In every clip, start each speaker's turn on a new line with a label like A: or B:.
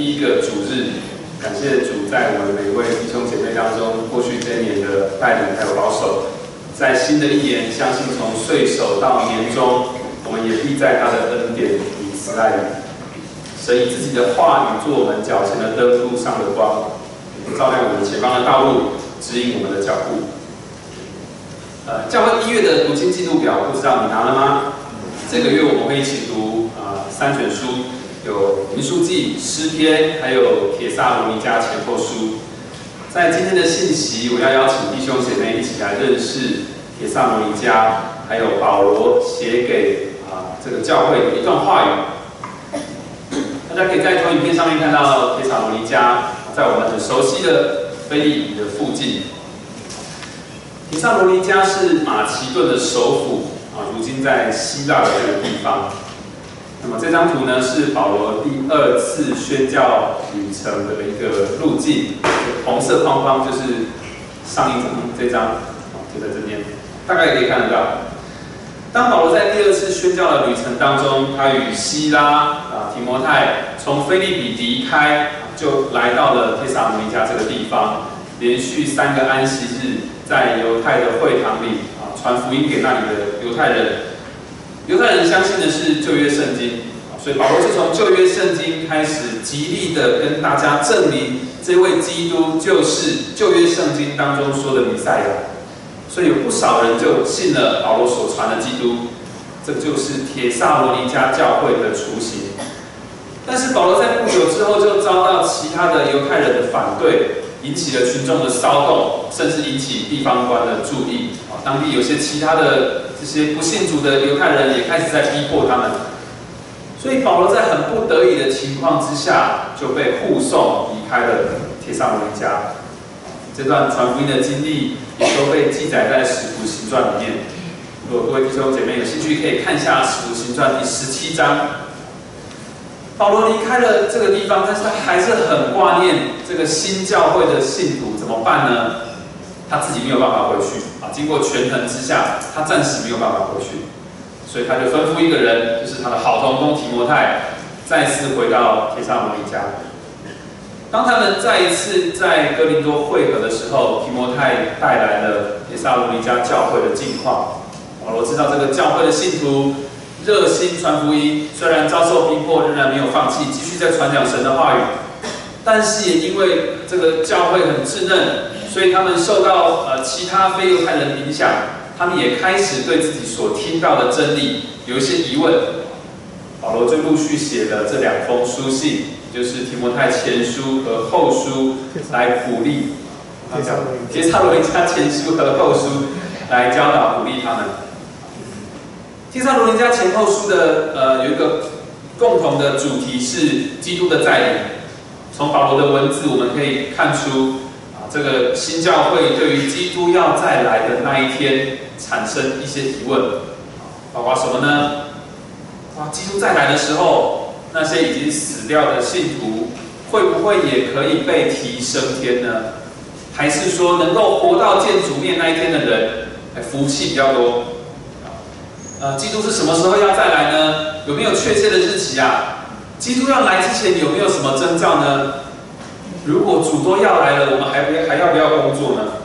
A: 第一个主日，感谢主在我们每位弟兄姐妹当中，过去这一年的带领还有保守，在新的一年，相信从岁首到年终，我们也必在他的恩典与慈爱里，神以自己的话语做我们脚前的灯，路上的光，照亮我们前方的道路，指引我们的脚步。教会1月的读经进度表，不知道你拿了吗？这个月我们会一起读3卷书，有民数记、诗篇，还有帖撒罗尼迦前后书。在今天的信息，我要邀请弟兄姐妹一起来认识帖撒罗尼迦，还有保罗写给这个教会的一段话语。大家可以在投影片上面看到帖撒罗尼迦，在我们很熟悉的腓立比的附近。帖撒罗尼迦是马其顿的首府如今在希腊的这个地方。那么这张图呢，是保罗第2次宣教旅程的一个路径，红色框框就是上一张这张，就在这边，大概也可以看得到。当保罗在第2次宣教的旅程当中，他与希拉提摩太从腓立比离开，就来到了帖撒罗尼迦这个地方，连续3个安息日，在犹太的会堂里传福音给那里的犹太人。犹太人相信的是旧约圣经，所以保罗就从旧约圣经开始，极力的跟大家证明这位基督就是旧约圣经当中说的弥赛亚。所以有不少人就信了保罗所传的基督，这就是帖撒罗尼迦教会的雏形。但是保罗在不久之后就遭到其他的犹太人的反对，引起了群众的骚动，甚至引起地方官的注意。当地有些其他的这些不信主的犹太人也开始在逼迫他们，所以保罗在很不得已的情况之下，就被护送离开了帖撒罗尼迦。这段传福音的经历也都被记载在《使徒行传》里面。如果各位弟兄姐妹有兴趣，可以看一下《使徒行传》第17章。保罗离开了这个地方，但是他还是很挂念这个新教会的信徒，怎么办呢？他自己没有办法回去经过权衡之下，他暂时没有办法回去，所以他就吩咐一个人，就是他的好同工提摩太，再次回到帖撒罗尼迦。当他们再一次在哥林多会合的时候，提摩太带来了帖撒罗尼迦教会的近况。保罗知道这个教会的信徒热心传福音，虽然遭受逼迫，仍然没有放弃，继续在传讲神的话语。但是也因为这个教会很稚嫩，所以他们受到其他非犹太人的影响，他们也开始对自己所听到的真理有一些疑问。保罗就陆续写了这2封书信，就是提摩太前书和后书，来鼓励帖撒罗尼迦前书和后书来教导鼓励他们。帖撒罗尼迦前后书的有一个共同的主题是基督的再临。从保罗的文字我们可以看出这个新教会对于基督要再来的那一天产生一些疑问，包括什么呢？基督再来的时候，那些已经死掉的信徒会不会也可以被提升天呢？还是说能够活到见主面那一天的人，福气比较多？基督是什么时候要再来呢？有没有确切的日期基督要来之前有没有什么征兆呢？如果主都要来了，我们还要不要工作呢？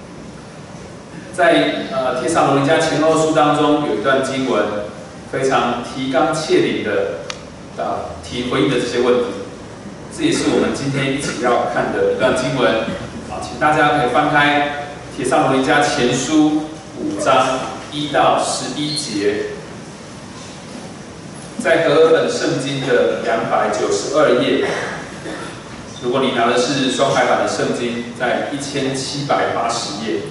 A: 在帖撒罗尼迦前后书当中有一段经文，非常提纲挈领的回应的这些问题，这也是我们今天一起要看的一段经文。请大家可以翻开帖撒罗尼迦前书5章1到11节。在和合本圣经的292页，如果你拿的是双排版的圣经，在1780页。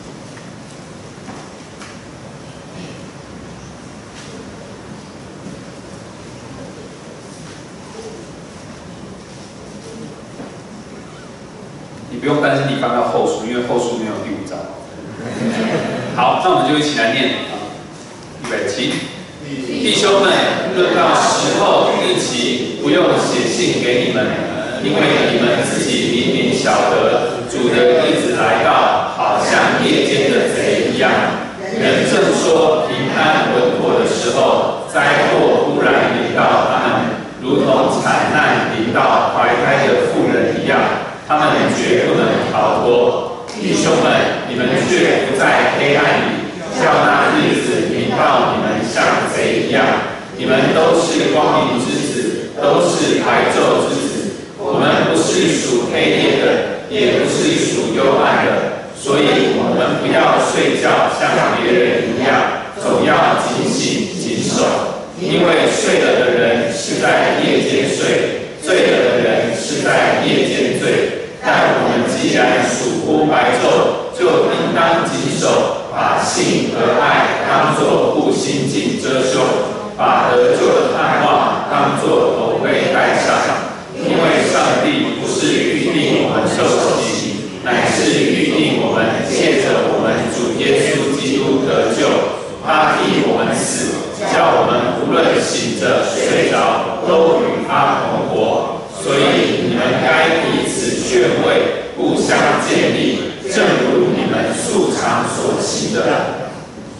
A: 你不用担心你翻到后书，因为后书没有第5章。好，那我们就一起来念预备起。弟兄们，论到时候日期，不用写信给你们，因为你们自己明明晓得，主的日子来到，好像夜间的贼一样。人正说平安稳妥的时候，灾祸忽然临到他们，如同惨难临临到怀胎的妇人一样，他们绝不能逃脱。弟兄们，你们却不在黑暗里，叫那日子临到你们像贼一样。你们都是光明之子，都是白昼之子。我们不是属黑夜的，也不是属幽暗的，所以我们不要睡觉，像别人一样，总要警醒谨守。因为睡了的人是在夜间睡，醉了的人是在夜间醉。但我们既然属乎白昼，就应当谨守，把信和爱当作护心镜遮羞，把得救的盼望当作头盔戴上。因为上帝不是预定我们受洗，乃是预定我们借着我们主耶稣基督得救。他替我们死，叫我们无论醒着睡着，都与他同活。所以你们该彼此劝慰，互相建立，正如你们素常所行的。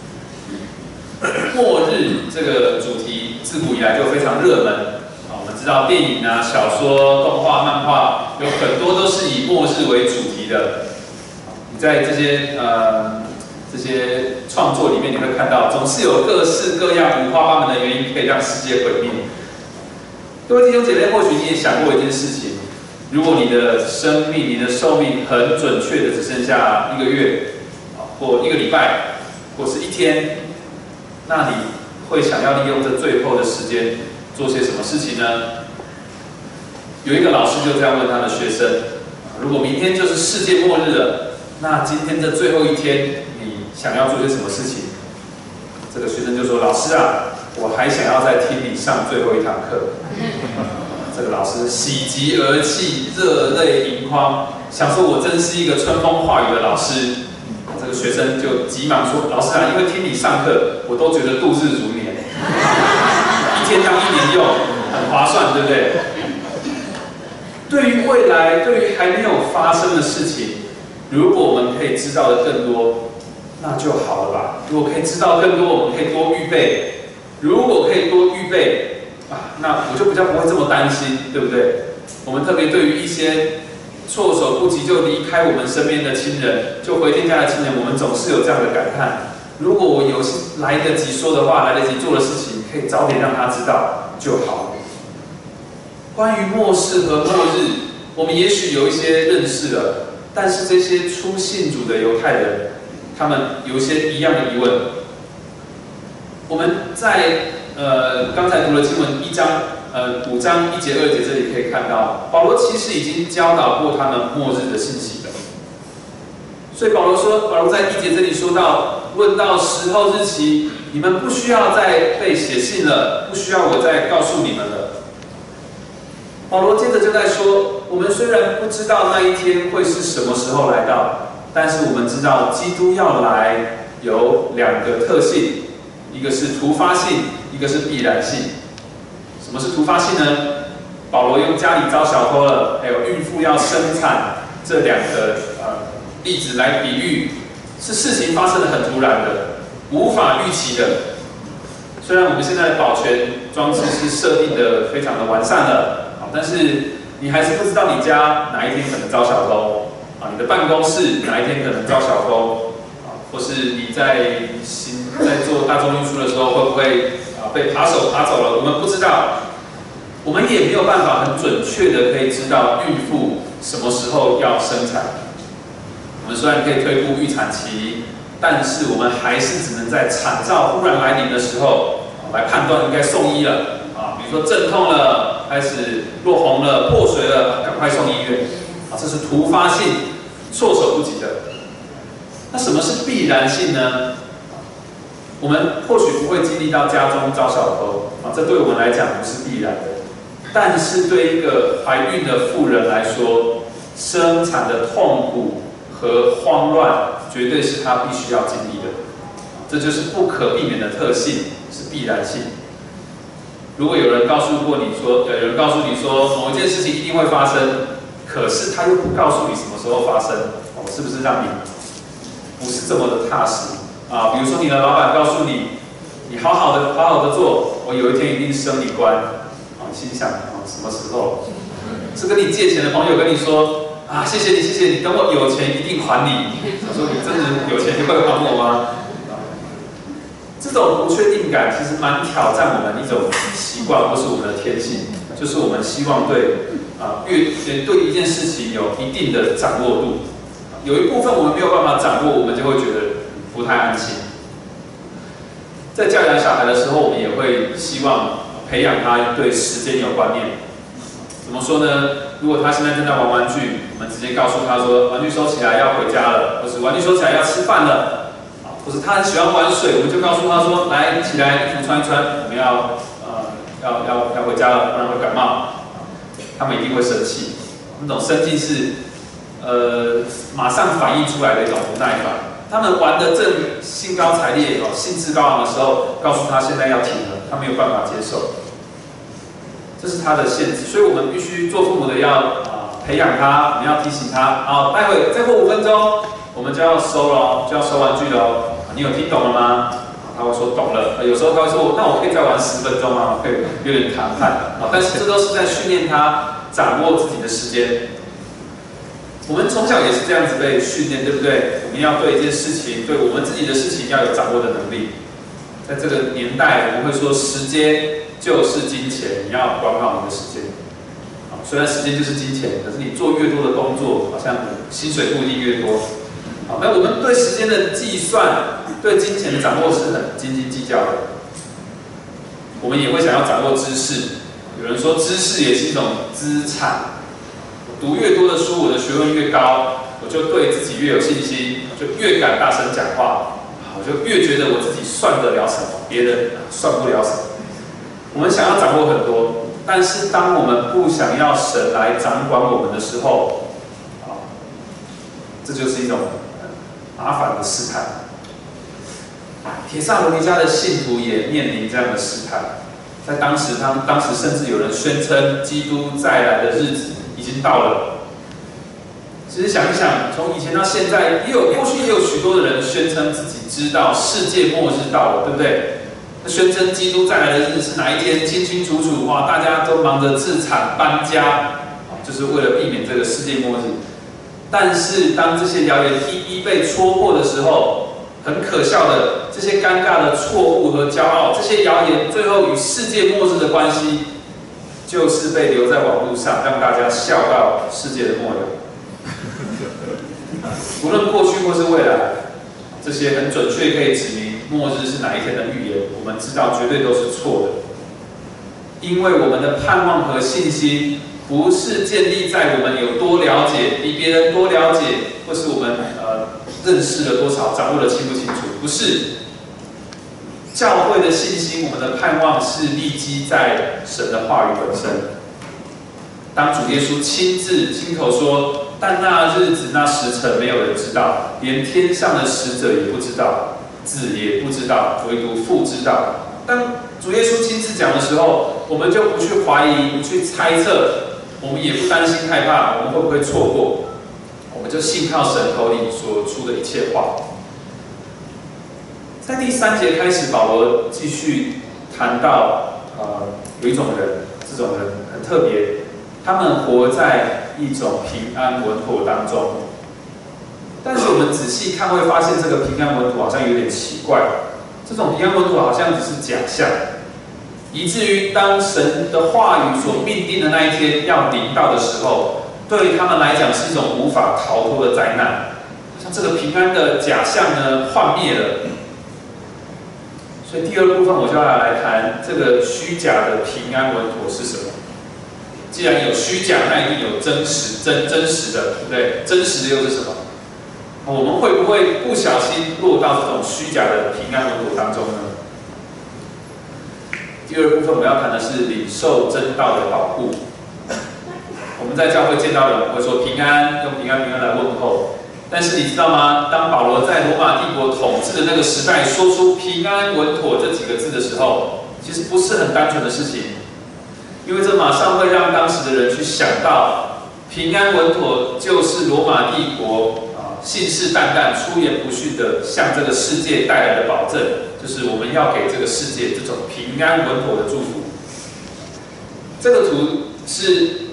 A: 末日这个主题自古以来就非常热门。我们知道电影啊、小说、动画、漫画有很多都是以末日为主题的。你在这些创作里面，你会看到总是有各式各样五花八门的原因可以让世界毁灭。各位弟兄姐妹，或许你也想过一件事情：如果你的生命、你的寿命很准确的只剩下1个月，或1个礼拜，或是1天，那你会想要利用这最后的时间做些什么事情呢？有一个老师就这样问他的学生：如果明天就是世界末日了，那今天这最后1天，你想要做些什么事情？这个学生就说：老师啊，我还想要再听你上最后1堂课。这个老师喜极而泣，热泪盈眶，想说我真是一个春风化雨的老师。这个学生就急忙说：老师啊，因为听你上课，我都觉得度日如年，1天当1年用，很划算，对不对？对于未来，对于还没有发生的事情，如果我们可以知道的更多，那就好了吧。如果可以知道更多，我们可以多预备。如果可以多预备那我就比较不会这么担心，对不对？我们特别对于一些措手不及就离开我们身边的亲人，就回天家的亲人，我们总是有这样的感叹：如果我有来得及说的话，来得及做的事情，可以早点让他知道就好了。关于末世和末日，我们也许有一些认识了，但是这些初信主的犹太人，他们有一些一样的疑问。我们在刚才读了经文5章1节2节这里可以看到，保罗其实已经教导过他们末日的信息了。所以保罗在1节这里说到，论到时候日期，你们不需要再被写信了，不需要我再告诉你们了。保罗接着就在说，我们虽然不知道那一天会是什么时候来到，但是我们知道基督要来有2个特性，一个是突发性，一个是必然性。什么是突发性呢？保罗用家里遭小偷了，还有孕妇要生产这2个例子来比喻，是事情发生得很突然的，无法预期的。虽然我们现在的保全装置是设定的非常的完善了，但是你还是不知道你家哪一天可能遭小偷你的办公室哪一天可能遭小偷或是你在做大众运输的时候会不会被扒手扒走了，我们不知道。我们也没有办法很准确的可以知道孕妇什么时候要生产。我们虽然可以推估预产期，但是我们还是只能在产兆忽然来临的时候来判断应该送医了比如说阵痛了，开始落红了、破水了，赶快送医院这是突发性、措手不及的。那什么是必然性呢？我们或许不会经历到家中遭小偷这对我们来讲不是必然的。但是对一个怀孕的妇人来说，生产的痛苦和慌乱绝对是她必须要经历的，这就是不可避免的特性，是必然性。如果有人告诉你说某一件事情一定会发生，可是他又不告诉你什么时候发生是不是让你不是这么的踏实比如说你的老板告诉你，你好好的做，我有一天一定升你官心想什么时候是跟你借钱的朋友跟你说啊，谢谢你，谢谢你，等我有钱一定还你。他说你真的有钱你会还我吗？这种不确定感其实蛮挑战我们一种习惯，或是我们的天性，就是我们希望对一件事情有一定的掌握度，有一部分我们没有办法掌握，我们就会觉得不太安心。在教养小孩的时候，我们也会希望培养他对时间有观念。怎么说呢？如果他现在正在玩玩具，我们直接告诉他说，玩具收起来要回家了，或是玩具收起来要吃饭了。或是他很喜欢玩水，我们就告诉他说：“来，起来，衣服穿一穿，我们要回家了，不然会感冒。”他们一定会生气，那种生气是马上反映出来的一种不耐烦。他们玩得正兴高采烈兴致高昂的时候，告诉他现在要停了，他没有办法接受，这是他的限制。所以我们必须做父母的要培养他，我们要提醒他，好，待会再过5分钟。我们就要收了，就要收玩具了。你有听懂了吗？他会说懂了。有时候他会说，那我可以再玩10分钟吗？可以有点谈判。但是这都是在训练他掌握自己的时间。我们从小也是这样子被训练，对不对？我们要对一件事情，对我们自己的事情要有掌握的能力。在这个年代，我们会说时间就是金钱，你要管好你的时间。虽然时间就是金钱，可是你做越多的工作，好像薪水不一定越多。那我们对时间的计算，对金钱的掌握是很斤斤计较的。我们也会想要掌握知识。有人说，知识也是一种资产。我读越多的书，我的学问越高，我就对自己越有信心，就越敢大声讲话，我就越觉得我自己算得了什么，别人算不了什么。我们想要掌握很多，但是当我们不想要神来掌管我们的时候，这就是一种麻烦的试探。帖撒罗尼迦的信徒也面临这样的试探，在当时甚至有人宣称基督再来的日子已经到了。其实想一想，从以前到现在，过去也有许多的人宣称自己知道世界末日到了，对不对？宣称基督再来的日子是哪一天，清清楚楚，哇！大家都忙着自产搬家，就是为了避免这个世界末日。但是当这些谣言一一被戳破的时候，很可笑的，这些尴尬的错误和骄傲，这些谣言最后与世界末日的关系，就是被留在网络上，让大家笑到世界的末了。无论过去或是未来，这些很准确可以指明末日是哪一天的预言，我们知道绝对都是错的，因为我们的盼望和信心不是建立在我们有多了解，比别人多了解，或是我们认识了多少，掌握了清不清楚，不是。教会的信心，我们的盼望是立基在神的话语本身。当主耶稣亲口说，但那日子那时辰没有人知道，连天上的使者也不知道，子也不知道，唯独父知道。当主耶稣亲自讲的时候，我们就不去怀疑，不去猜测，我们也不担心害怕，我们会不会错过？我们就信靠神口里所出的一切话。在第3节开始，保罗继续谈到，有一种人，这种人很特别，他们活在一种平安稳妥当中。但是我们仔细看会发现，这个平安稳妥好像有点奇怪。这种平安稳妥好像只是假象，以至于当神的话语所命定的那一天要临到的时候，对于他们来讲是一种无法逃脱的灾难。像这个平安的假象呢，幻灭了。所以第2部分我就要来谈这个虚假的平安稳妥是什么。既然有虚假，那一定有真实的，对不对？真实的又是什么？我们会不会不小心落到这种虚假的平安稳妥当中呢？第2部分我要谈的是领受真道的保护。我们在教会见到人，我们会说平安，用平安来问候。但是你知道吗？当保罗在罗马帝国统治的那个时代，说出平安稳妥这几个字的时候，其实不是很单纯的事情，因为这马上会让当时的人去想到，平安稳妥就是罗马帝国信誓旦旦、出言不逊的向这个世界带来的保证，就是我们要给这个世界这种平安稳妥的祝福。这个图是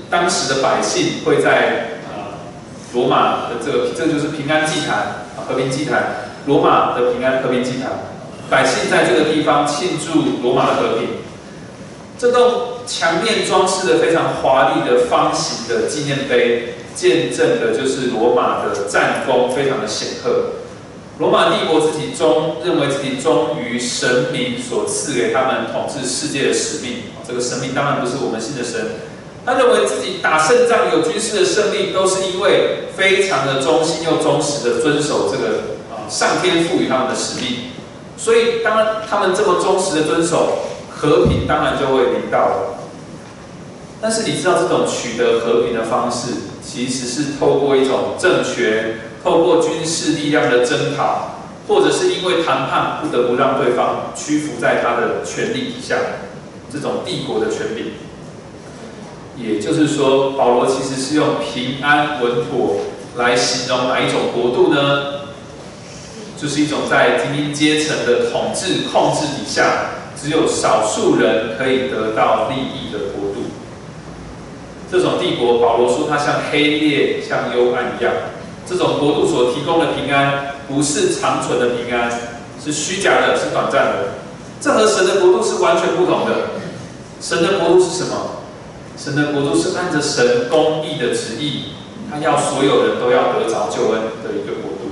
A: 当时的百姓会在罗马的这个就是平安祭坛和平祭坛，罗马的平安和平祭坛，百姓在这个地方庆祝罗马的和平。这栋墙面装饰的非常华丽的方形的纪念碑，见证的就是罗马的战功非常的显赫。罗马帝国认为自己忠于神明所赐给他们统治世界的使命。这个神明当然不是我们信的神，他认为自己打胜仗有军事的胜利，都是因为非常的忠心又忠实的遵守这个上天赋予他们的使命。所以当他们这么忠实的遵守，和平当然就会临到了。但是你知道这种取得和平的方式，其实是透过一种政权，透过军事力量的征讨，或者是因为谈判不得不让对方屈服在他的权力底下，这种帝国的权柄。也就是说，保罗其实是用平安稳妥来形容哪一种国度呢？就是一种在精英阶层的统治控制底下，只有少数人可以得到利益的国度。这种帝国，保罗说它像黑夜、像幽暗一样。这种国度所提供的平安，不是长存的平安，是虚假的，是短暂的。这和神的国度是完全不同的。神的国度是什么？神的国度是按着神公义的旨意，他要所有人都要得着救恩的一个国度。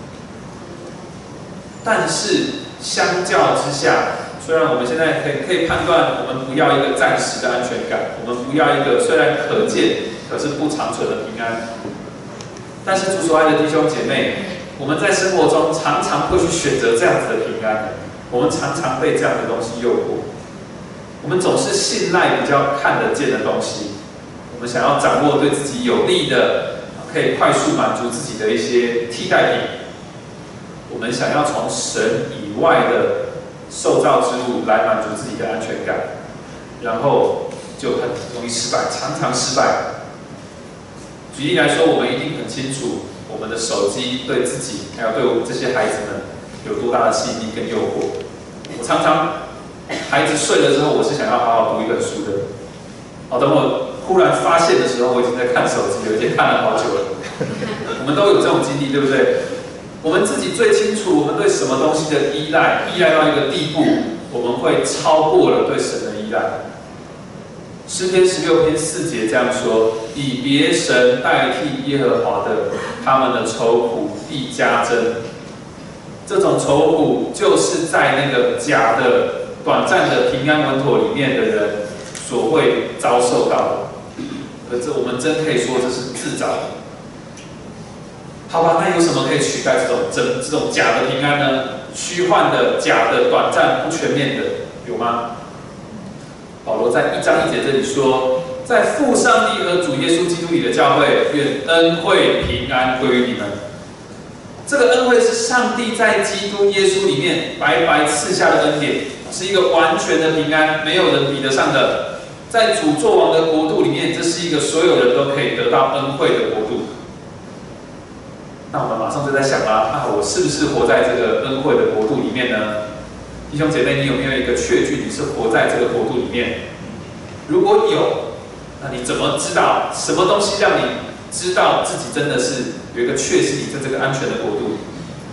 A: 但是相较之下，虽然我们现在可以判断，我们不要一个暂时的安全感，我们不要一个虽然可见可是不长存的平安。但是主所爱的弟兄姐妹，我们在生活中常常会去选择这样子的平安，我们常常被这样的东西诱惑。我们总是信赖比较看得见的东西，我们想要掌握对自己有利的，可以快速满足自己的一些替代品。我们想要从神以外的受造之物来满足自己的安全感，然后就很容易失败，常常失败。举例来说，我们一定很清楚我们的手机对自己还有对我们这些孩子们有多大的吸引力跟诱惑。我常常孩子睡了之后，我是想要好好读一本书的。等我忽然发现的时候，我已经在看手机了，已经看了好久了。我们都有这种经历，对不对？我们自己最清楚，我们对什么东西的依赖到一个地步，我们会超过了对神的依赖。诗篇16篇4节这样说：以别神代替耶和华的，他们的愁苦必加增。这种愁苦就是在那个假的、短暂的平安稳妥里面的人所会遭受到的。可是我们真可以说这是自找的。好吧，那有什么可以取代这种假的平安呢？虚幻的、假的、短暂、不全面的，有吗？保罗在1章1节这里说：在父上帝和主耶稣基督里的教会，愿恩惠平安归于你们。这个恩惠是上帝在基督耶稣里面白白赐下的恩典，是一个完全的平安，没有人比得上的。在主作王的国度里面，这是一个所有人都可以得到恩惠的国度。那我们马上就在想啦，我是不是活在这个恩惠的国度里面呢？弟兄姐妹，你有没有一个确据你是活在这个国度里面？如果有，那你怎么知道什么东西让你知道自己真的是有一个确信你在这个安全的国度？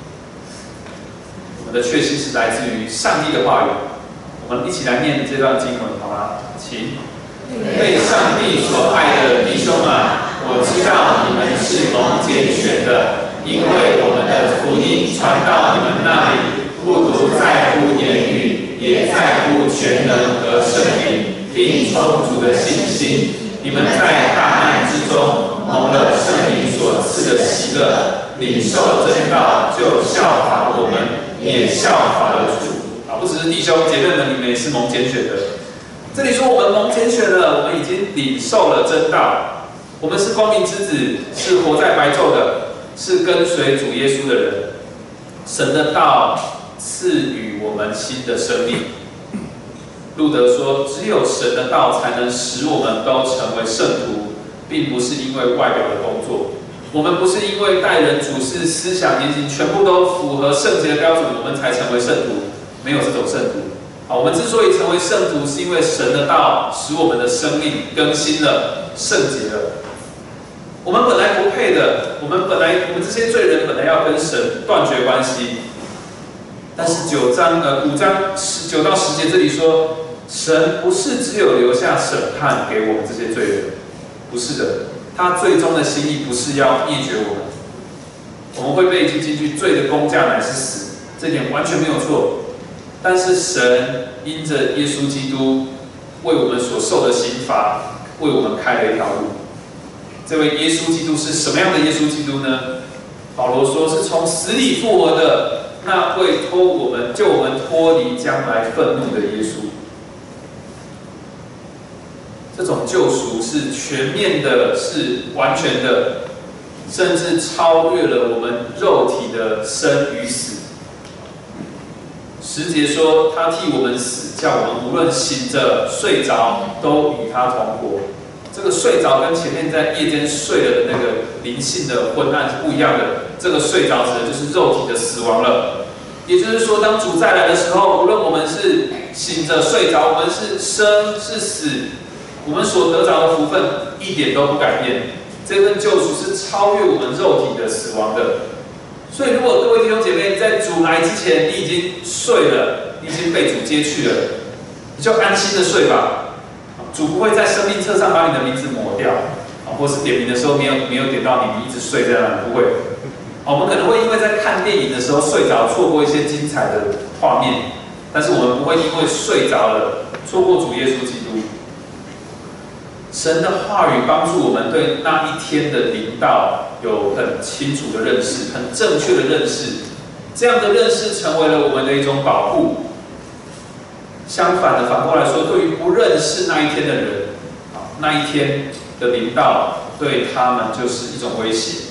A: 我们的确信是来自于上帝的话语。我们一起来念这段经文好吗？请。被上帝所爱的弟兄啊，我知道你们是蒙拣选的，因为我们的福音传到你们那里，不独在乎言语，也在乎全能和圣灵，并充足的信心。你们在大难之中蒙了圣灵所赐的喜乐，领受真道，就效法我们，也效法了主。不只是弟兄姐妹们，你们也是蒙拣选的。这里说我们蒙拣选了，我们已经领受了真道，我们是光明之子，是活在白昼的，是跟随主耶稣的人。神的道赐予我们新的生命。路德说，只有神的道才能使我们都成为圣徒，并不是因为外表的工作。我们不是因为待人处事、思想言行全部都符合圣洁的标准，我们才成为圣徒，没有这种圣徒。我们之所以成为圣徒，是因为神的道使我们的生命更新了， 圣洁了。我们本来不配的，我们这些罪人本来要跟神断绝关系，但是5章9到10节这里说，神不是只有留下审判给我们这些罪人，不是的，他最终的心意不是要灭绝我们，我们会被记进去，罪的工价乃是死，这点完全没有错。但是神因着耶稣基督为我们所受的刑罚，为我们开了一条路。这位耶稣基督是什么样的耶稣基督呢？保罗说是从死里复活的那位救我们脱离将来愤怒的耶稣。这种救赎是全面的，是完全的，甚至超越了我们肉体的生与死。10节说，他替我们死，叫我们无论醒着睡着，都与他同活。这个睡着跟前面在夜间睡了的那个灵性的昏暗是不一样的。这个睡着指的就是肉体的死亡了。也就是说，当主再来的时候，无论我们是醒着睡着，我们是生是死，我们所得着的福分一点都不改变。这份救赎是超越我们肉体的死亡的。所以，如果各位弟兄姐妹在主来之前，你已经睡了，你已经被主接去了，你就安心的睡吧。主不会在生命册上把你的名字抹掉，或是点名的时候没有点到你，你一直睡在那里，不会。我们可能会因为在看电影的时候睡着，错过一些精彩的画面，但是我们不会因为睡着了错过主耶稣基督。神的话语帮助我们对那一天的临到有很清楚的认识，很正确的认识。这样的认识成为了我们的一种保护。相反的，反过来说，对于不认识那一天的人，那一天的临到对他们就是一种威胁。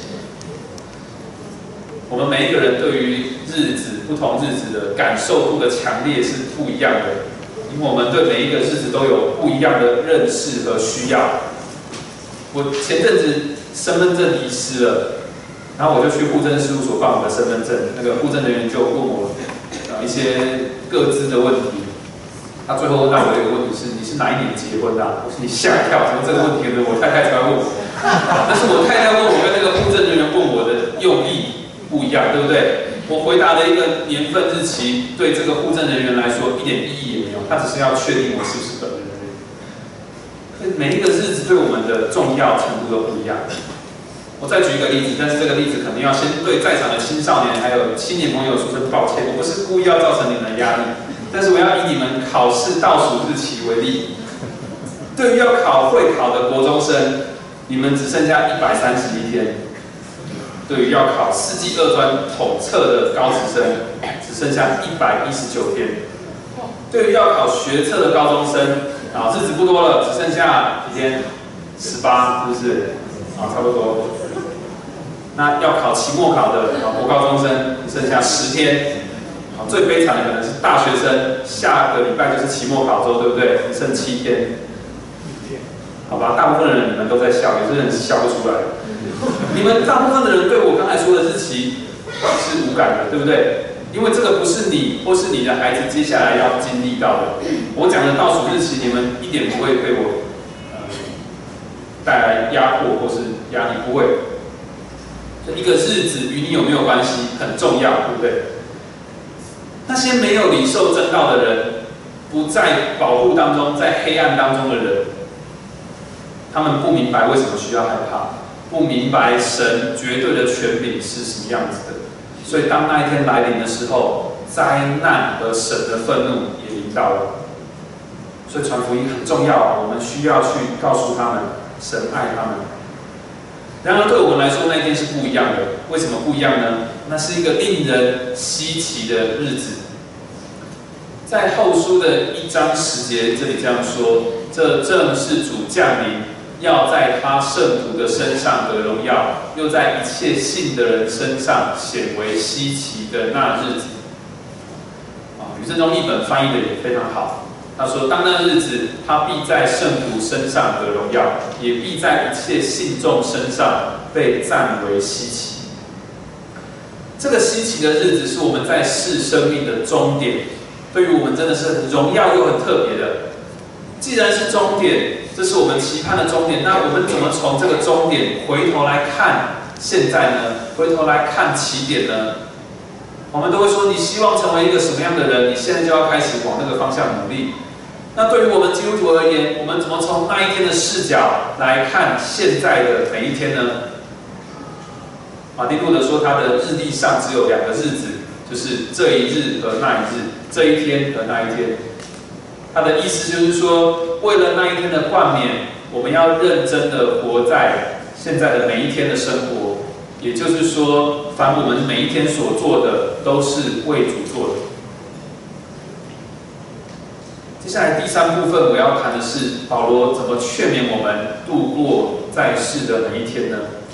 A: 我们每一个人对于不同日子的感受度的强烈是不一样的，因为我们对每一个日子都有不一样的认识和需要。我前阵子身份证遗失了，然后我就去户政事务所办我的身份证，那个户政人员就问我一些个资的问题。他最后问到我一个问题是：你是哪一年结婚的？我说你吓一跳，怎么这个问题呢？我太太才会问我，但是我太太问我跟那个户政人员问我的用意不一样，对不对？我回答了一个年份日期，对这个户政人员来说一点意义也没有，他只是要确定我是不是本人而已。每一个日子对我们的重要程度都不一样。我再举一个例子，但是这个例子可能要先对在场的青少年还有青年朋友说声抱歉，我不是故意要造成你们的压力。但是我要以你们考试倒数日期为例，对于要考会考的国中生，你们只剩下131天；对于要考4技2专统测的高职生，只剩下119天；对于要考学测的高中生，日子不多了，只剩下几天？18，是不是？差不多。那要考期末考的国高中生，只剩下10天。最悲惨的可能是大学生，下个礼拜就是期末考周，对不对？剩7天，好吧？大部分的人你们都在笑，有些人是笑不出来。你们大部分的人对我刚才说的日期是无感的，对不对？因为这个不是你或是你的孩子接下来要经历到的。我讲的倒数日期，你们一点不会被我带来压迫或是压力，不会。一个日子与你有没有关系很重要，对不对？那些没有领受真道的人，不在保护当中，在黑暗当中的人，他们不明白为什么需要害怕，不明白神绝对的权柄是什么样子的。所以当那一天来临的时候，灾难和神的愤怒也临到了。所以传福音很重要，我们需要去告诉他们，神爱他们。然而对我们来说，那一天是不一样的。为什么不一样呢？那是一个令人稀奇的日子。在后书的1章10节，这里这样说：这正是主降临，要在他圣徒的身上得荣耀，又在一切信的人身上显为稀奇的那日子。吕振中译本翻译的也非常好。他说：当那日子，他必在圣徒身上得荣耀，也必在一切信众身上被赞为稀奇。这个稀奇的日子是我们在世生命的终点，对于我们真的是很荣耀又很特别的。既然是终点， 这是我们期盼的终点。那我们怎么从这个终点回头来看现在呢？回头来看起点呢？我们都会说，你希望成为一个什么样的人？你现在就要开始往那个方向努力。那对于我们基督徒而言，我们怎么从那一天的视角来看现在的每一天呢？马丁路德说，他的日历上只有2个日子，就是这一日和那一日，这一天和那一天。他的意思就是说，为了那一天的冠冕，我们要认真的活在现在的每一天的生活。也就是说，凡我们每一天所做的，都是为主做的。接下来第3部分我要谈的是保罗怎么劝勉我们度过在世的每一天呢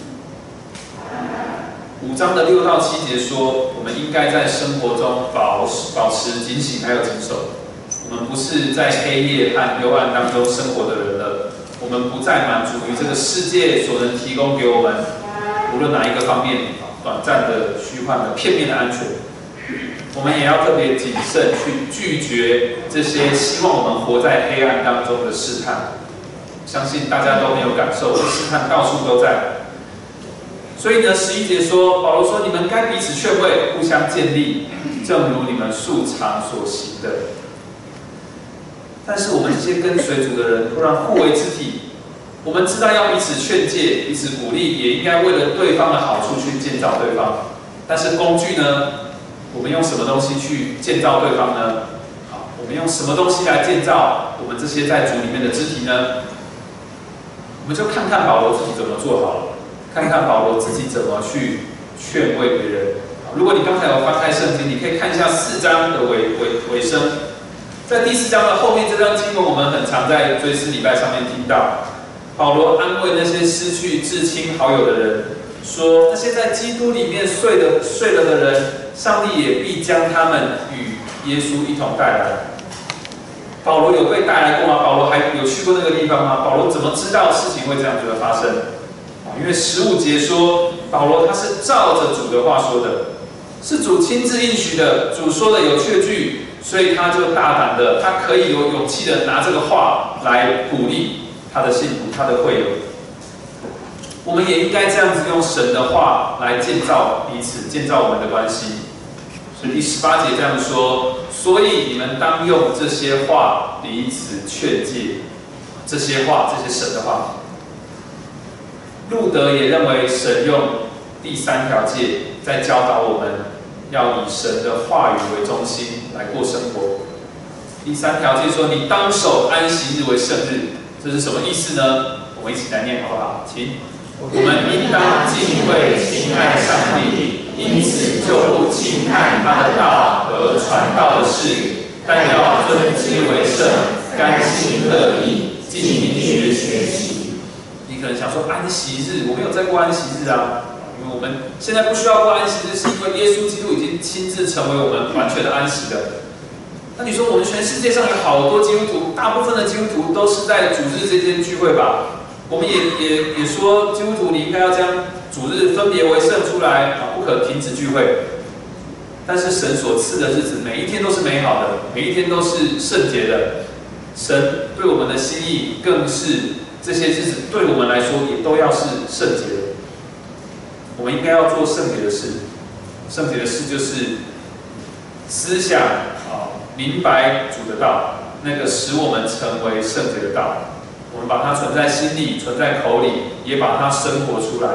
A: ？5章的6到7节说，我们应该在生活中保持警醒还有谨守。我们不是在黑夜和幽暗当中生活的人了，我们不再满足于这个世界所能提供给我们无论哪一个方面短暂的、虚幻的、片面的安全。我们也要特别谨慎去拒绝这些希望我们活在黑暗当中的试探。相信大家都没有感受，试探到处都在。所以呢，11节说，保罗说，你们该彼此劝慰，互相建立，正如你们素常所行的。但是我们这些跟随主的人，突然互为肢体，我们知道要彼此劝诫、彼此鼓励，也应该为了对方的好处去建造对方。但是工具呢？我们用什么东西去建造对方呢？好，我们用什么东西来建造我们这些在主里面的肢体呢？我们就看看保罗自己怎么做好了，看看保罗自己怎么去劝慰别人。如果你刚才有翻开圣经，你可以看一下4章的尾声。在第4章的后面这段经文，我们很常在追思礼拜上面听到，保罗安慰那些失去至亲好友的人，说那些在基督里面睡了的人，上帝也必将他们与耶稣一同带来。保罗有被带来过吗？保罗还有去过那个地方吗？保罗怎么知道事情会这样子的发生？因为15节说，保罗他是照着主的话说的，是主亲自应许的，主说的有确据，所以他就大胆的，他可以有勇气的拿这个话来鼓励他的信徒，他的会友。我们也应该这样子用神的话来建造彼此，建造我们的关系。所以第18节这样说，所以你们当用这些话彼此劝诫，这些话，这些神的话。路德也认为神用第3条诫在教导我们要以神的话语为中心来过生活。第3条诫说，你当守安息日为圣日，这是什么意思呢？我们一起来念好不好？请。我们应当敬畏亲爱上帝，因此就不轻看他的道和传道的事，但要尊之为圣，甘心乐意，尽力学习。你可能想说，安息日，我没有在过安息日啊，因为我们现在不需要过安息日，是因为耶稣基督已经亲自成为我们完全的安息了。那你说，我们全世界上有好多基督徒，大部分的基督徒都是在主日这天聚会吧？我们也说，基督徒你应该要将主日分别为圣出来，不可停止聚会。但是神所赐的日子，每一天都是美好的，每一天都是圣洁的。神对我们的心意，更是这些日子对我们来说，也都要是圣洁的。我们应该要做圣洁的事。圣洁的事就是思想明白主的道，那个使我们成为圣洁的道。我们把它存在心里，存在口里，也把它生活出来。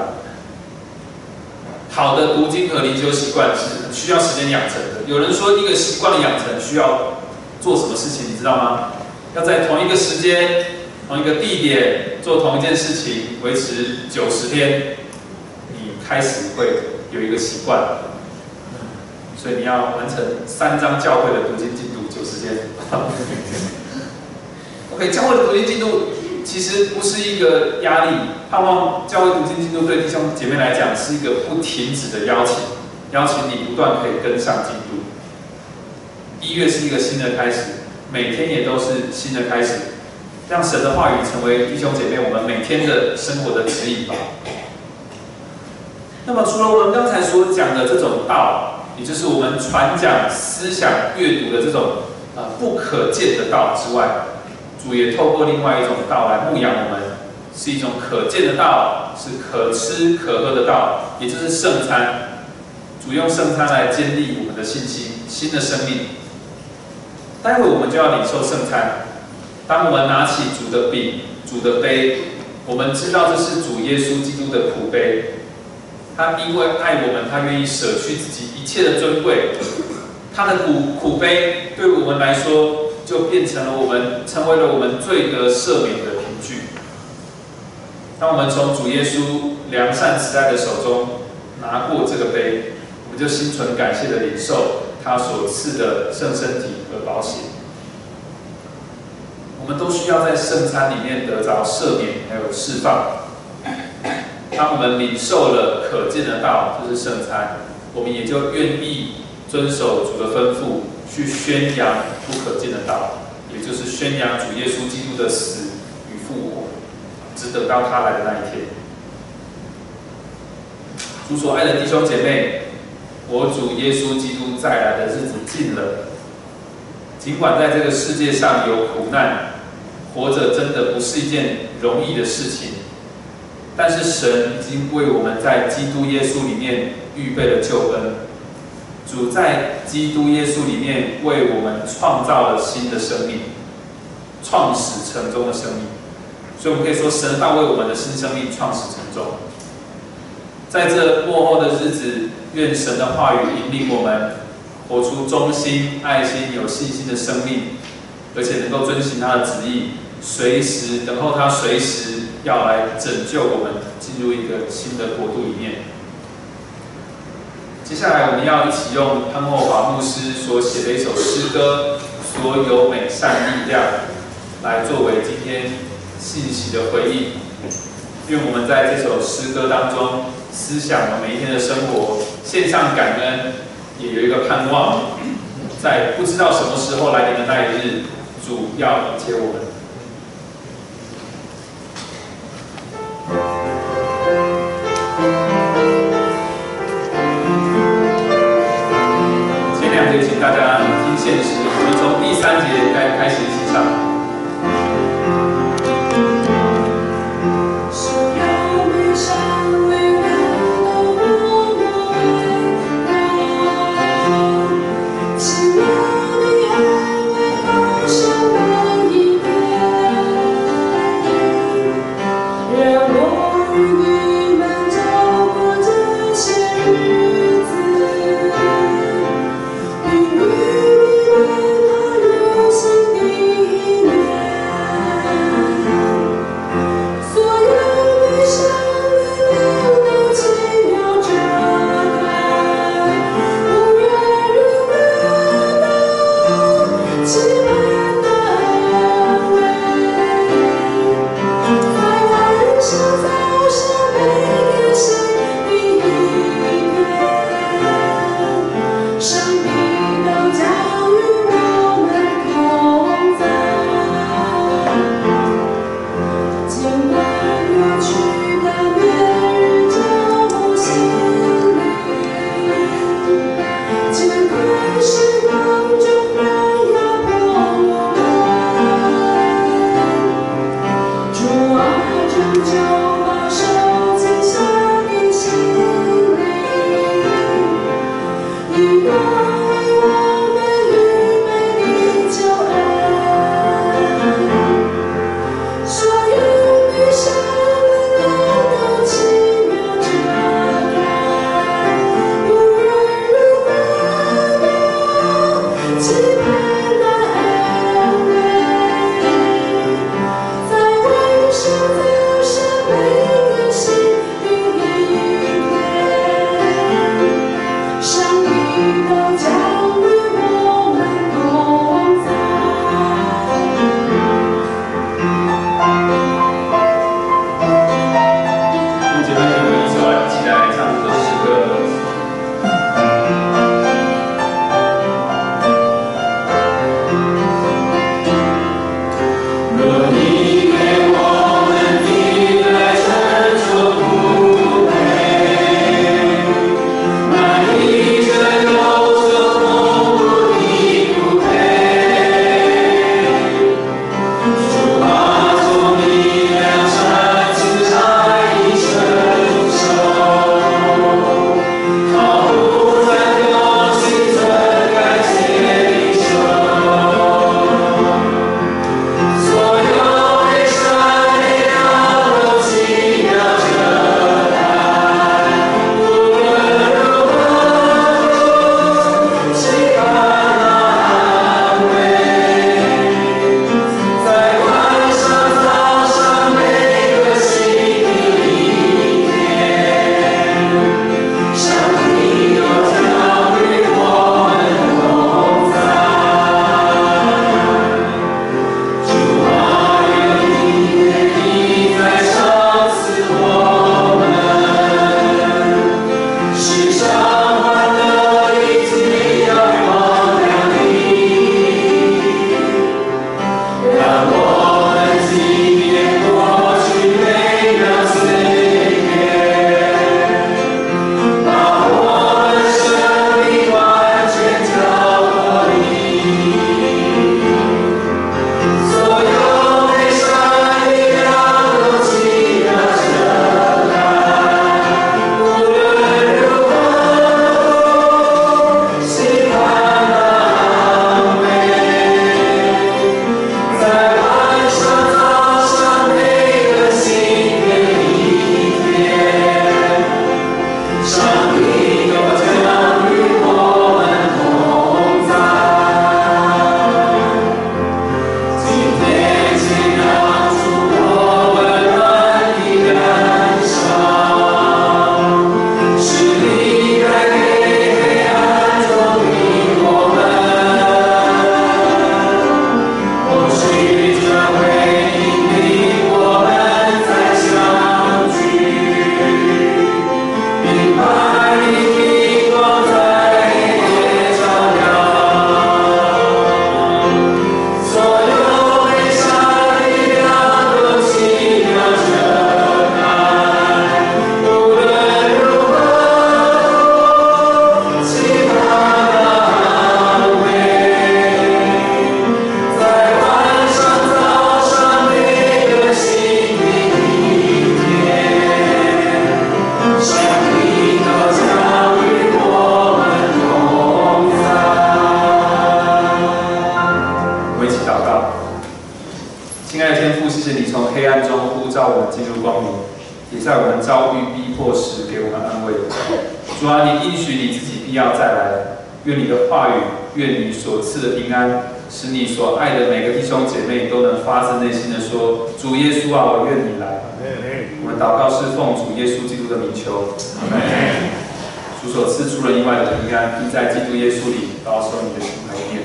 A: 好的读经和灵修习惯是需要时间养成的。有人说，一个习惯的养成需要做什么事情，你知道吗？要在同一个时间、同一个地点做同一件事情，维持90天，你开始会有一个习惯。所以你要完成3章教会的读经进度90天。OK， 教会的读经进度其实不是一个压力，盼望教会读经进度对弟兄姐妹来讲是一个不停止的邀请，邀请你不断可以跟上进度。1月是一个新的开始，每天也都是新的开始，让神的话语成为弟兄姐妹我们每天的生活的指引吧。那么除了我们刚才所讲的这种道，也就是我们传讲、思想、阅读的这种不可见的道之外， 主也透过另外一种道来牧养我们，是一种可见的道，是可吃可喝的道，也就是圣餐。主用圣餐来建立我们的信心，新的生命。待会我们就要领受圣餐。当我们拿起主的饼、主的杯，我们知道这是主耶稣基督的苦杯。他因为爱我们，他愿意舍去自己一切的尊贵。他的苦杯对我们来说，就变成了成为了我们罪得赦免的凭据。当我们从主耶稣良善慈爱的手中拿过这个杯，我们就心存感谢的领受他所赐的圣身体和宝血。我们都需要在圣餐里面得着赦免，还有释放。当我们领受了可见的道，就是圣餐，我们也就愿意遵守主的吩咐，去宣扬不可见的道，也就是宣扬主耶稣基督的死与复活，只等到他来的那一天。主所爱的弟兄姐妹，我主耶稣基督再来的日子近了。尽管在这个世界上有苦难，活着真的不是一件容易的事情，但是神已经为我们在基督耶稣里面预备了救恩。主在基督耶稣里面为我们创造了新的生命，创始成终的生命。所以我们可以说，神要为我们的新生命创始成终。在这末后的日子，愿神的话语引领我们活出忠心、爱心、有信心的生命，而且能够遵行他的旨意，随时等候他，随时要来拯救我们，进入一个新的国度里面。接下来我们要一起用潘厚华牧师所写的一首诗歌《所有美善力量》来作为今天信息的回应。愿我们在这首诗歌当中思想我们每一天的生活，献上感恩，也有一个盼望，在不知道什么时候来临的那一日，主要迎接我们。前两节请大家听现实，我们从第3节开始一起唱。
B: 在万象造神。
A: 也在我们遭遇逼迫时给我们安慰。主啊，你应许你自己必要再来，愿你的话语，愿你所赐的平安，使你所爱的每个弟兄姐妹都能发自内心的说：主耶稣啊，我愿你来。我们祷告是奉主耶稣基督的名求。主所赐出人意外的平安，并在基督耶稣里保守你的心怀念。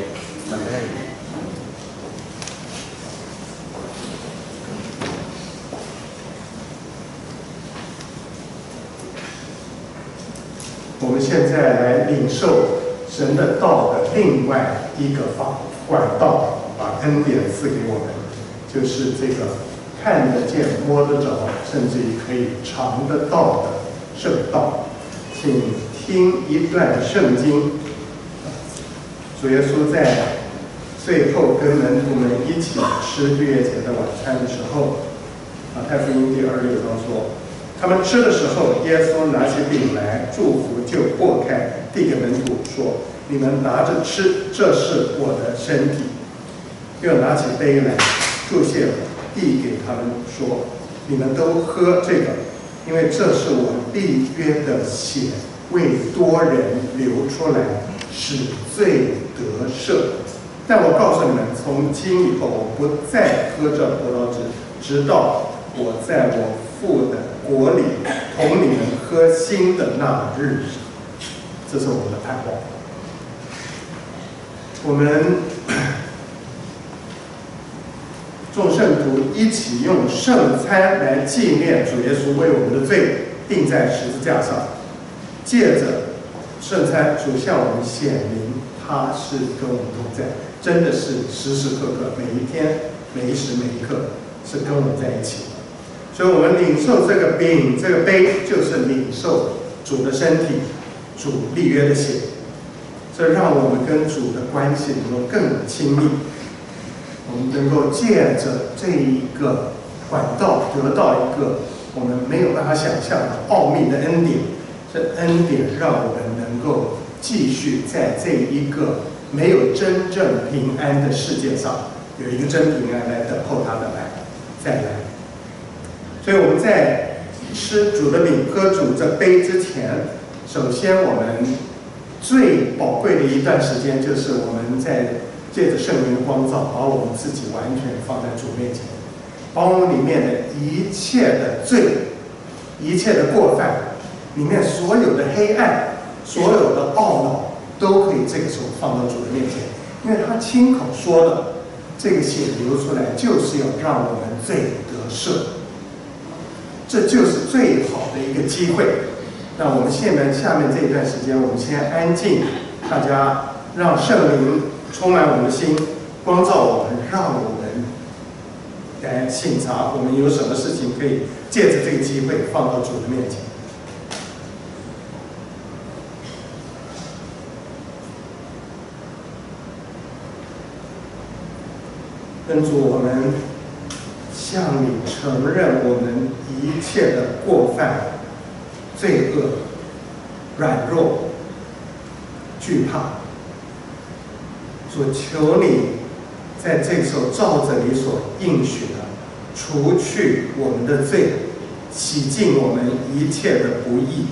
B: 我们现在来领受神的道的另外一个管道，把恩典赐给我们，就是这个看得见、摸得着，甚至于可以尝得到的圣道。请听一段圣经。主耶稣在最后跟门徒们一起吃逾越节的晚餐的时候，马太福音第26章说，他们吃的时候，耶稣拿起饼来，祝福就擘开，递给门徒说：“你们拿着吃，这是我的身体。”又拿起杯来，祝谢了，递给他们说：“你们都喝这个，因为这是我立约的血，为多人流出来，使罪得赦。但我告诉你们，从今以后，我不再喝这葡萄汁，直到我在我父的国里同你们喝新的那日。”这是我们的盼望。我们众圣徒一起用圣餐来纪念主耶稣为我们的罪钉在十字架上，借着圣餐，主向我们显明他是跟我们同在，真的是时时刻刻、每一天、每一时每一刻是跟我们在一起的。所以我们领受这个饼、这个杯，就是领受主的身体、主立约的血，这让我们跟主的关系能够更亲密。我们能够借着这一个管道得到一个我们没有办法想象的奥秘的恩典。这恩典让我们能够继续在这一个没有真正平安的世界上，有一个真平安来等候他的再来。所以我们在吃主的饼、喝主这杯之前，首先我们最宝贵的一段时间，就是我们在借着圣灵的光照，把我们自己完全放在主面前，把我们里面的一切的罪、一切的过犯，里面所有的黑暗、所有的懊恼，都可以这个时候放到主的面前，因为他亲口说了，这个血流出来就是要让我们罪得赦，这就是最好的一个机会。那我们下面这一段时间，我们先安静，大家让圣灵充满我们的心，光照我们，让我们来省察我们有什么事情可以借着这个机会放到主的面前。跟主，我们向你承认我们一切的过犯、罪恶、软弱、惧怕。主，求你在这时候照着你所应许的，除去我们的罪，洗净我们一切的不义。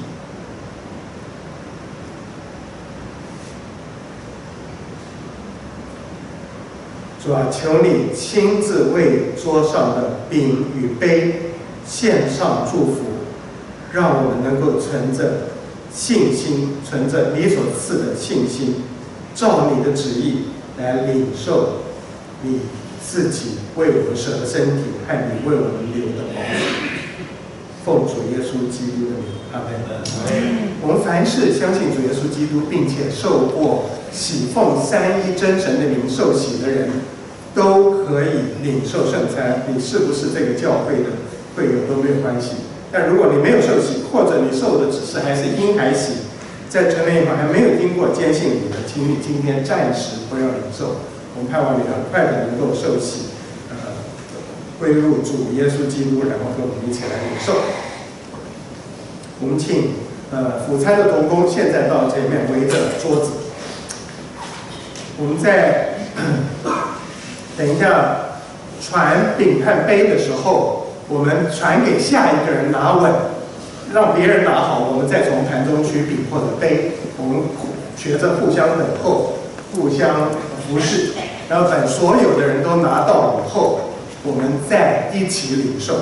B: 主啊，求你亲自为桌上的饼与杯献上祝福，让我们能够存着信心，存着你所赐的信心，照你的旨意来领受你自己为我们舍的身体和你为我们流的宝血。奉主耶稣基督的名，阿门。我们凡是相信主耶稣基督，并且受过洗奉三一真神的名受洗的人，都可以领受圣餐。你是不是这个教会的会友都没有关系。但如果你没有受洗，或者你受的只是还是婴孩洗，在成年以后还没有经过坚信礼的，请你今天暂时不要领受。我们盼望你很快的能够受洗，归入主耶稣基督，然后跟我们一起来领受。我们请辅餐的同工现在到前面围着桌子。我们在等一下传饼和杯的时候， 我们传给下一个人拿稳，让别人拿好，我们再从盘中取饼或者杯，我们学着互相等候，互相服侍，然后等所有的人都拿到以后，我们再一起领受。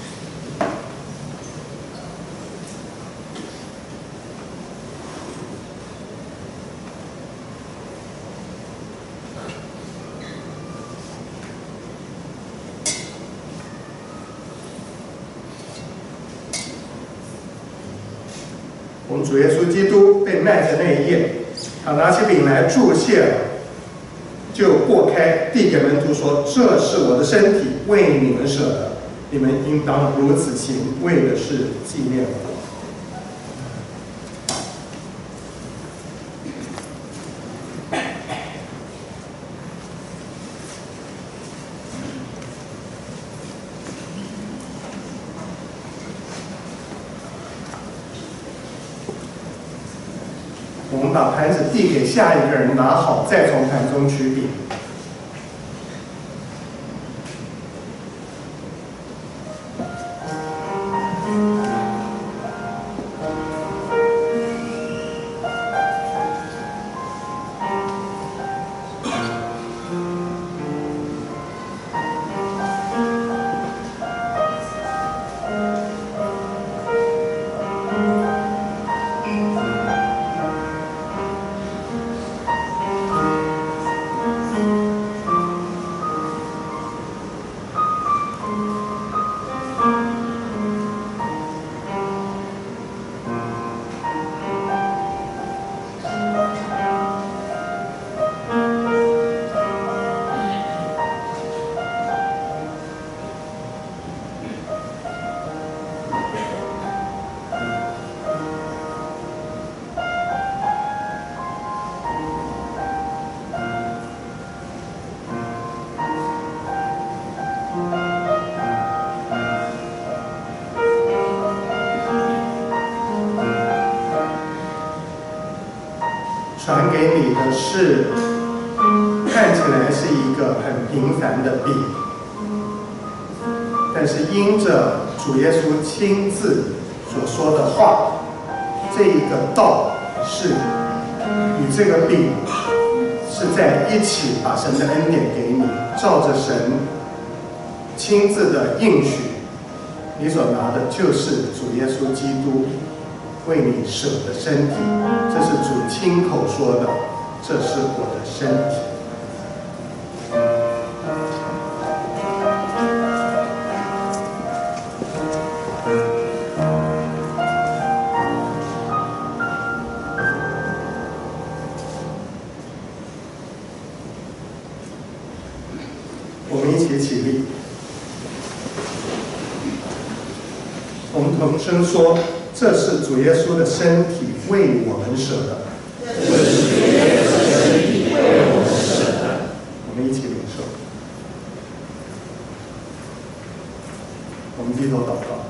B: 我们主耶稣基督被卖的那一夜，他拿起饼来祝谢了，就擘开，递给门徒说：“这是我的身体，为你们舍的，你们应当如此行，为的是纪念我。”我们把盘子递给下一个人拿好，再从盘中取饼。传给你的是看起来是一个很平凡的饼，但是因着主耶稣亲自所说的话，这一个道是与这个饼是在一起，把神的恩典给你，照着神亲自的应许，你所拿的就是主耶稣基督为你舍的身体，这是主亲口说的，这是我的身体。我们一起起立，我们同声说：“这是主耶稣的身体，为我们舍的。”
C: 这是主耶稣的身体，为我们舍的。
B: 我们一起领受。我们低头祷告。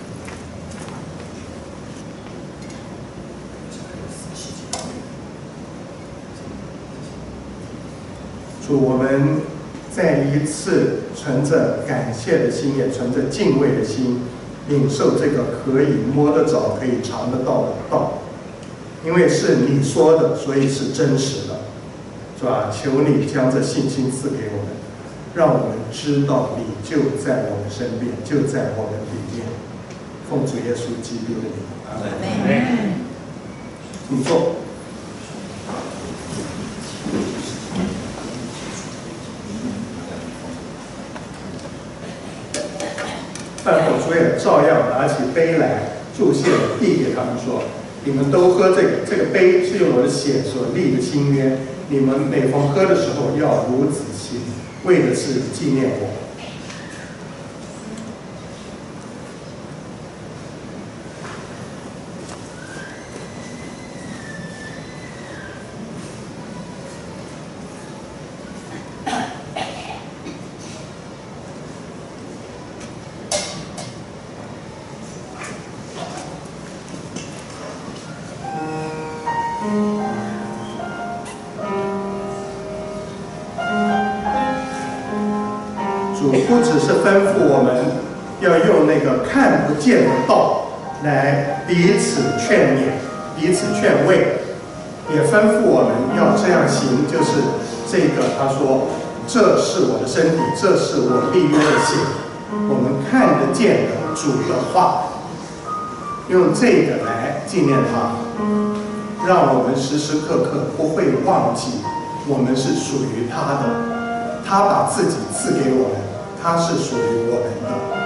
B: 主，我们再一次存着感谢的心，也存着敬畏的心，领受这个可以摸得着、可以尝得到的道，因为是你说的，所以是真实的，是吧？求你将这信心赐给我们，让我们知道你就在我们身边，就在我们里面。奉主耶稣基督的名，阿门。请坐。饭后，主也照样拿起杯来祝谢，递给他们说：“你们都喝这个，这个杯是用我的血所立的新约。你们每逢喝的时候要如此行，为的是纪念我。”主不只是吩咐我们要用那个看不见的道来彼此劝勉、彼此劝慰，也吩咐我们要这样行，就是这个他说，这是我的身体，这是我立约的血，我们看得见的主的话，用这个来纪念他，让我们时时刻刻不会忘记我们是属于他的，他把自己赐给我们，他是属于我们的。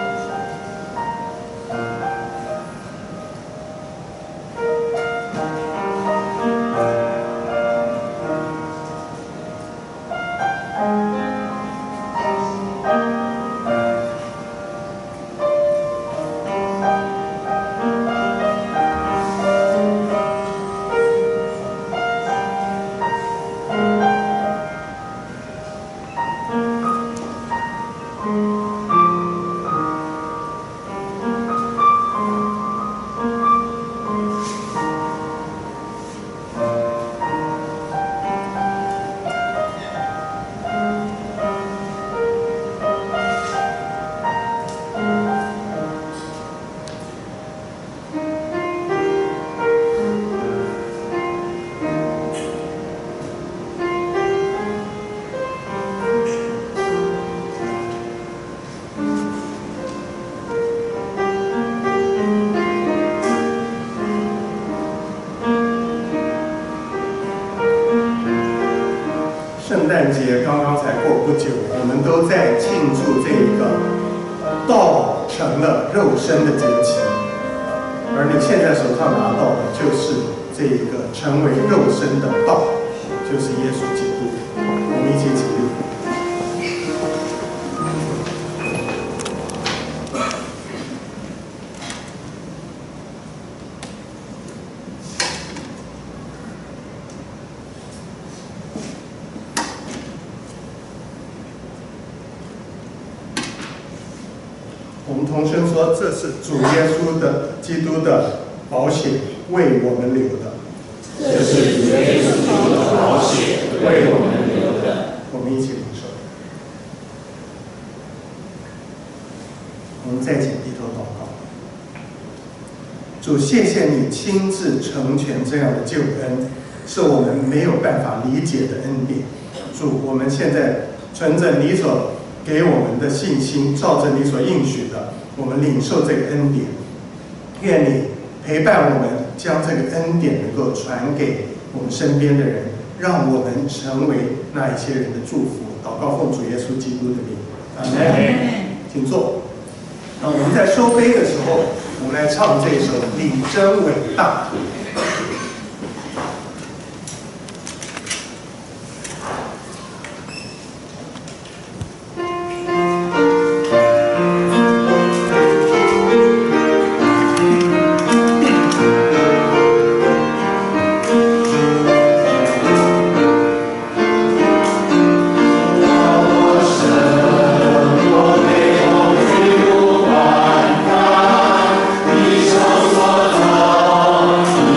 B: 圣诞节刚刚才过不久，我们都在庆祝这一个道成了肉身的节期，而你现在手上拿到的就是这一个成为肉身的道，就是耶稣基督。我们一起起立。我们同声说，这是主耶稣的基督的宝血为我们流的。
C: 这是主耶稣基督的宝血为我们流的。
B: 我们一起领受。我们再请低头祷告。主，谢谢你亲自成全这样的救恩，是我们没有办法理解的恩典。主，我们现在存着你所给我们的信心，照着你所应许的，我们领受这个恩典。愿你陪伴我们，将这个恩典能够传给我们身边的人，让我们成为那一些人的祝福。祷告奉主耶稣基督的名，阿门。请坐。我们在收杯的时候，我们来唱这首《你真伟大》。
C: 你手所造。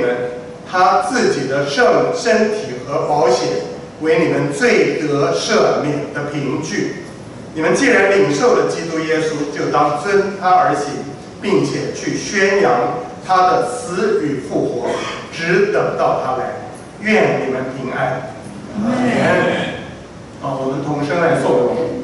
B: 们他自己的身体和宝血，为你们罪得赦免的凭据。你们既然领受了基督耶稣，就当遵他而行，并且去宣扬他的死与复活，直等到他来。愿你们平安。阿门。好，我们同声来颂。